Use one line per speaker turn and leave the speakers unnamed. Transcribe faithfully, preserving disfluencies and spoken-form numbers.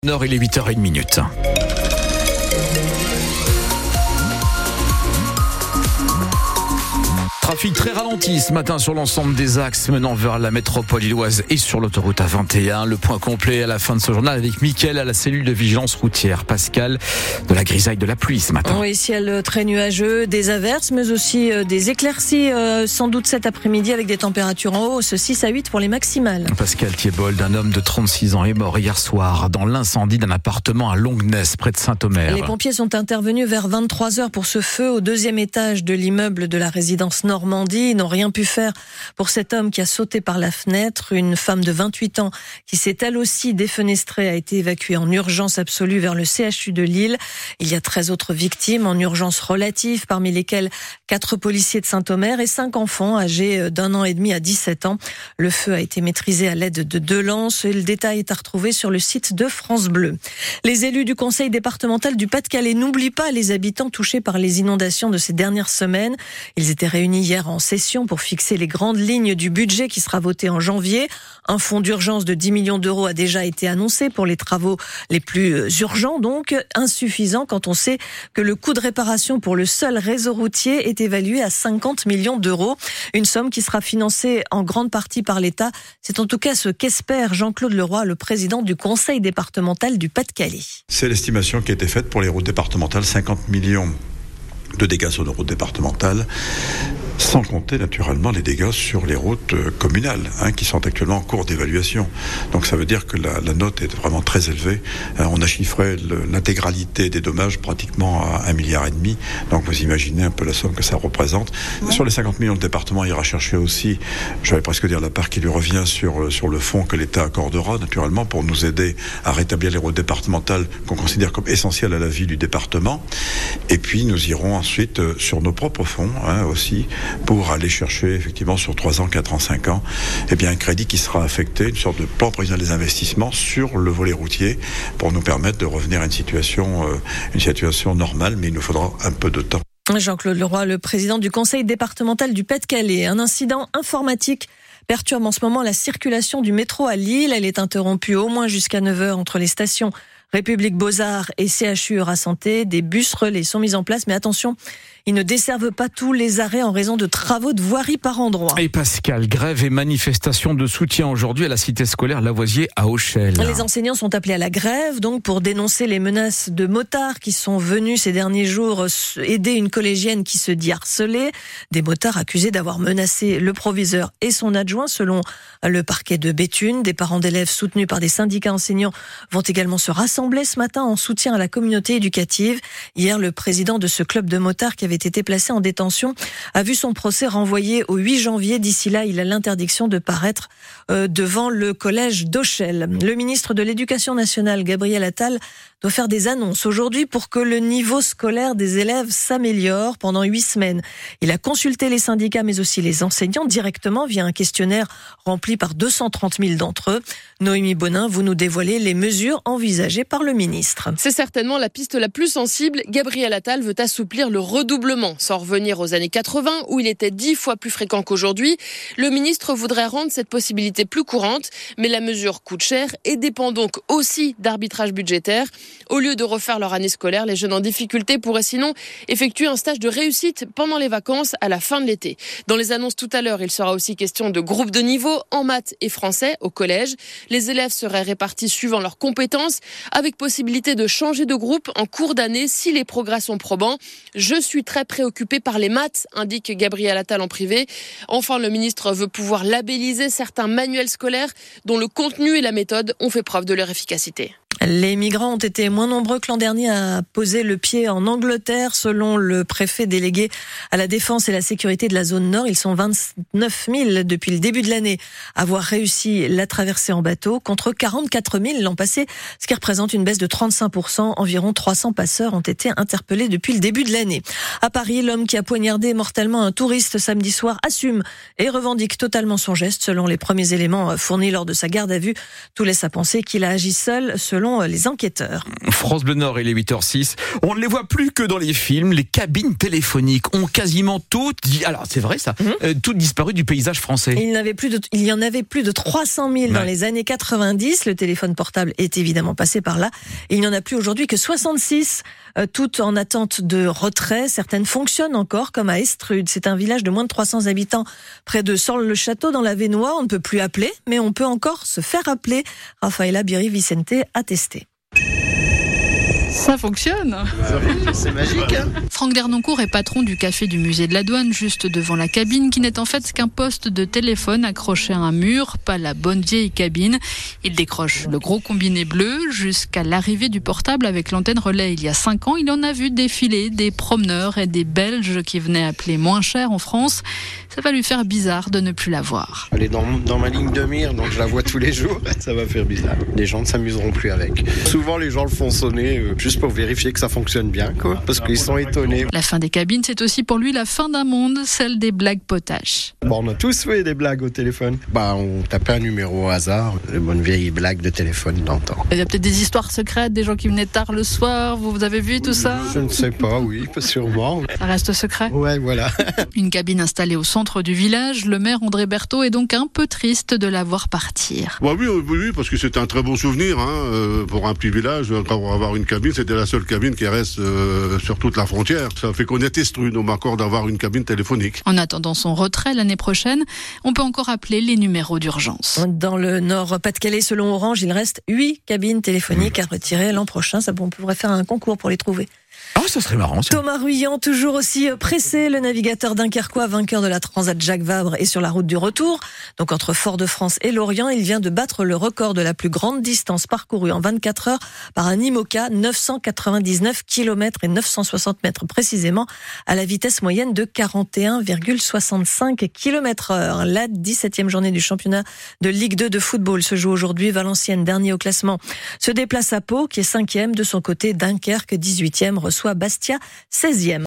Nord, il est huit heures trente. Trafic très ralenti ce matin sur l'ensemble des axes menant vers la métropole lilloise et sur l'autoroute A vingt et un. Le point complet à la fin de ce journal avec Mickaël à la cellule de vigilance routière. Pascal, de la grisaille, de la pluie ce matin.
Oui, ciel très nuageux, des averses, mais aussi des éclaircies, euh, sans doute cet après-midi avec des températures en hausse, six à huit pour les maximales.
Pascal Thiebold, un homme de trente-six ans est mort hier soir dans l'incendie d'un appartement à Longnes, près de Saint-Omer.
Les pompiers sont intervenus vers vingt-trois heures pour ce feu au deuxième étage de l'immeuble de la résidence Normandie. Ils n'ont rien pu faire pour cet homme qui a sauté par la fenêtre. Une femme de vingt-huit ans qui s'est elle aussi défenestrée a été évacuée en urgence absolue vers le C H U de Lille. Il y a treize autres victimes en urgence relative, parmi lesquelles quatre policiers de Saint-Omer et cinq enfants âgés d'un an et demi à dix-sept ans. Le feu a été maîtrisé à l'aide de deux lances et le détail est à retrouver sur le site de France Bleu. Les élus du conseil départemental du Pas-de-Calais n'oublient pas les habitants touchés par les inondations de ces dernières semaines. Ils étaient réunis hier en session pour fixer les grandes lignes du budget qui sera voté en janvier. Un fonds d'urgence de dix millions d'euros a déjà été annoncé pour les travaux les plus urgents, donc insuffisant quand on sait que le coût de réparation pour le seul réseau routier est évalué à cinquante millions d'euros. Une somme qui sera financée en grande partie par l'État. C'est en tout cas ce qu'espère Jean-Claude Leroy, le président du conseil départemental du Pas-de-Calais.
C'est l'estimation qui a été faite pour les routes départementales, cinquante millions de dégâts sur nos routes départementales, sans compter naturellement les dégâts sur les routes communales, hein, qui sont actuellement en cours d'évaluation. Donc ça veut dire que la, la note est vraiment très élevée. Euh, on a chiffré le, l'intégralité des dommages pratiquement à un milliard et demi. Donc vous imaginez un peu la somme que ça représente. Ouais. Sur les cinquante millions, le département ira chercher aussi, j'allais presque dire la part qui lui revient sur, sur le fonds que l'État accordera, naturellement, pour nous aider à rétablir les routes départementales qu'on considère comme essentielles à la vie du département. Et puis nous irons ensuite euh, sur nos propres fonds, hein, aussi, pour aller chercher effectivement sur trois ans, quatre ans, cinq ans, eh bien un crédit qui sera affecté, une sorte de plan prévisionnel des investissements sur le volet routier pour nous permettre de revenir à une situation, euh, une situation normale, mais il nous faudra un peu de temps.
Jean-Claude Leroy, le président du conseil départemental du Pas-de-Calais. Un incident informatique perturbe en ce moment la circulation du métro à Lille. Elle est interrompue au moins jusqu'à neuf heures entre les stations République Beaux-Arts et C H U Eura-Santé. Des bus relais sont mis en place, mais attention, ils ne desservent pas tous les arrêts en raison de travaux de voirie par endroit.
Et Pascal, grève et manifestation de soutien aujourd'hui à la cité scolaire Lavoisier à Auchel.
Les enseignants sont appelés à la grève, donc pour dénoncer les menaces de motards qui sont venus ces derniers jours aider une collégienne qui se dit harcelée. Des motards accusés d'avoir menacé le proviseur et son adjoint, selon le parquet de Béthune. Des parents d'élèves soutenus par des syndicats enseignants vont également se rassembler ce matin en soutien à la communauté éducative. Hier, le président de ce club de motards qui avait été placé en détention a vu son procès renvoyé au huit janvier. D'ici là, il a l'interdiction de paraître euh, devant le collège d'Auchel. Le ministre de l'Éducation nationale, Gabriel Attal, doit faire des annonces aujourd'hui pour que le niveau scolaire des élèves s'améliore pendant huit semaines. Il a consulté les syndicats mais aussi les enseignants directement via un questionnaire rempli par deux cent trente mille d'entre eux. Noémie Bonin, vous nous dévoilez les mesures envisagées par le ministre.
C'est certainement la piste la plus sensible. Gabriel Attal veut assouplir le redoublement, sans revenir aux années quatre-vingts où il était dix fois plus fréquent qu'aujourd'hui. Le ministre voudrait rendre cette possibilité plus courante, mais la mesure coûte cher et dépend donc aussi d'arbitrage budgétaire. Au lieu de refaire leur année scolaire, les jeunes en difficulté pourraient sinon effectuer un stage de réussite pendant les vacances à la fin de l'été. Dans les annonces tout à l'heure, il sera aussi question de groupes de niveau en maths et français au collège. Les élèves seraient répartis suivant leurs compétences, avec possibilité de changer de groupe en cours d'année si les progrès sont probants. Je suis très préoccupé par les maths, indique Gabriel Attal en privé. Enfin, le ministre veut pouvoir labelliser certains manuels scolaires dont le contenu et la méthode ont fait preuve de leur efficacité.
Les migrants ont été moins nombreux que l'an dernier à poser le pied en Angleterre. Selon le préfet délégué à la défense et la sécurité de la zone nord, ils sont vingt-neuf mille depuis le début de l'année à avoir réussi la traversée en bateau, contre quarante-quatre mille l'an passé, ce qui représente une baisse de trente-cinq pour cent. Environ trois cents passeurs ont été interpellés depuis le début de l'année. À Paris, l'homme qui a poignardé mortellement un touriste samedi soir assume et revendique totalement son geste. Selon les premiers éléments fournis lors de sa garde à vue, tout laisse à penser qu'il a agi seul, selon selon les enquêteurs.
France Bleu Nord, il est huit heures six. On ne les voit plus que dans les films. Les cabines téléphoniques ont quasiment toutes, alors c'est vrai ça, mmh. euh, toutes disparu du paysage français.
Il, n'avait plus de, il y en avait plus de trois cent mille ouais. dans les années quatre-vingt-dix. Le téléphone portable est évidemment passé par là. Il n'y en a plus aujourd'hui que soixante-six, euh, toutes en attente de retrait. Certaines fonctionnent encore, comme à Estrude. C'est un village de moins de trois cents habitants près de Sorles-le-Château dans l'Avesnois. On ne peut plus appeler, mais on peut encore se faire appeler. Rafaela Biri-Vicente a testé.
Ça fonctionne.
C'est magique. Hein.
Franck Dernoncourt est patron du café du musée de la douane, juste devant la cabine, qui n'est en fait qu'un poste de téléphone accroché à un mur, pas la bonne vieille cabine. Il décroche le gros combiné bleu jusqu'à l'arrivée du portable avec l'antenne relais il y a cinq ans. Il en a vu défiler des promeneurs et des Belges qui venaient appeler moins cher en France. Ça va lui faire bizarre de ne plus la voir.
Elle est dans, dans ma ligne de mire, donc je la vois tous les jours. Ça va faire bizarre. Les gens ne s'amuseront plus avec. Souvent, les gens le font sonner euh, juste pour vérifier que ça fonctionne bien, quoi, parce qu'ils sont étonnés.
La fin des cabines, c'est aussi pour lui la fin d'un monde, celle des blagues potaches.
Bon, on a tous fait des blagues au téléphone. Bah, on tapait un numéro au hasard, les bonnes vieilles blagues de téléphone d'antan.
Il y a peut-être des histoires secrètes, des gens qui venaient tard le soir, vous, vous avez vu tout ça ?
Je ne sais pas, oui, sûrement.
Ça reste secret ?
Ouais, voilà.
Une cabine installée au centre du village, le maire André Berthaud est donc un peu triste de la voir partir.
Bah oui, oui, oui, parce que c'était un très bon souvenir, hein, euh, pour un petit village, pour avoir une cabine, c'était la seule cabine qui reste euh, sur toute la frontière. Ça fait connaître Estrude, on m'accorde d'avoir une cabine téléphonique.
En attendant son retrait l'année prochaine, on peut encore appeler les numéros d'urgence.
Dans le Nord-Pas-de-Calais, selon Orange, il reste huit cabines téléphoniques mmh. à retirer l'an prochain. Ça, on pourrait faire un concours pour les trouver.
Ah, ça serait marrant, ça.
Thomas Ruyant, toujours aussi pressé, le navigateur dunkerquois, vainqueur de la Transat Jacques Vabre, est sur la route du retour. Donc, entre Fort-de-France et Lorient, il vient de battre le record de la plus grande distance parcourue en vingt-quatre heures par un IMOCA, neuf cent quatre-vingt-dix-neuf kilomètres et neuf cent soixante mètres précisément, à la vitesse moyenne de quarante et un virgule soixante-cinq kilomètres heure. La dix-septième journée du championnat de Ligue deux de football se joue aujourd'hui. Valenciennes, dernier au classement, se déplace à Pau, qui est cinquième. De son côté, Dunkerque, dix-huitième, reçoit Bastia, seizième.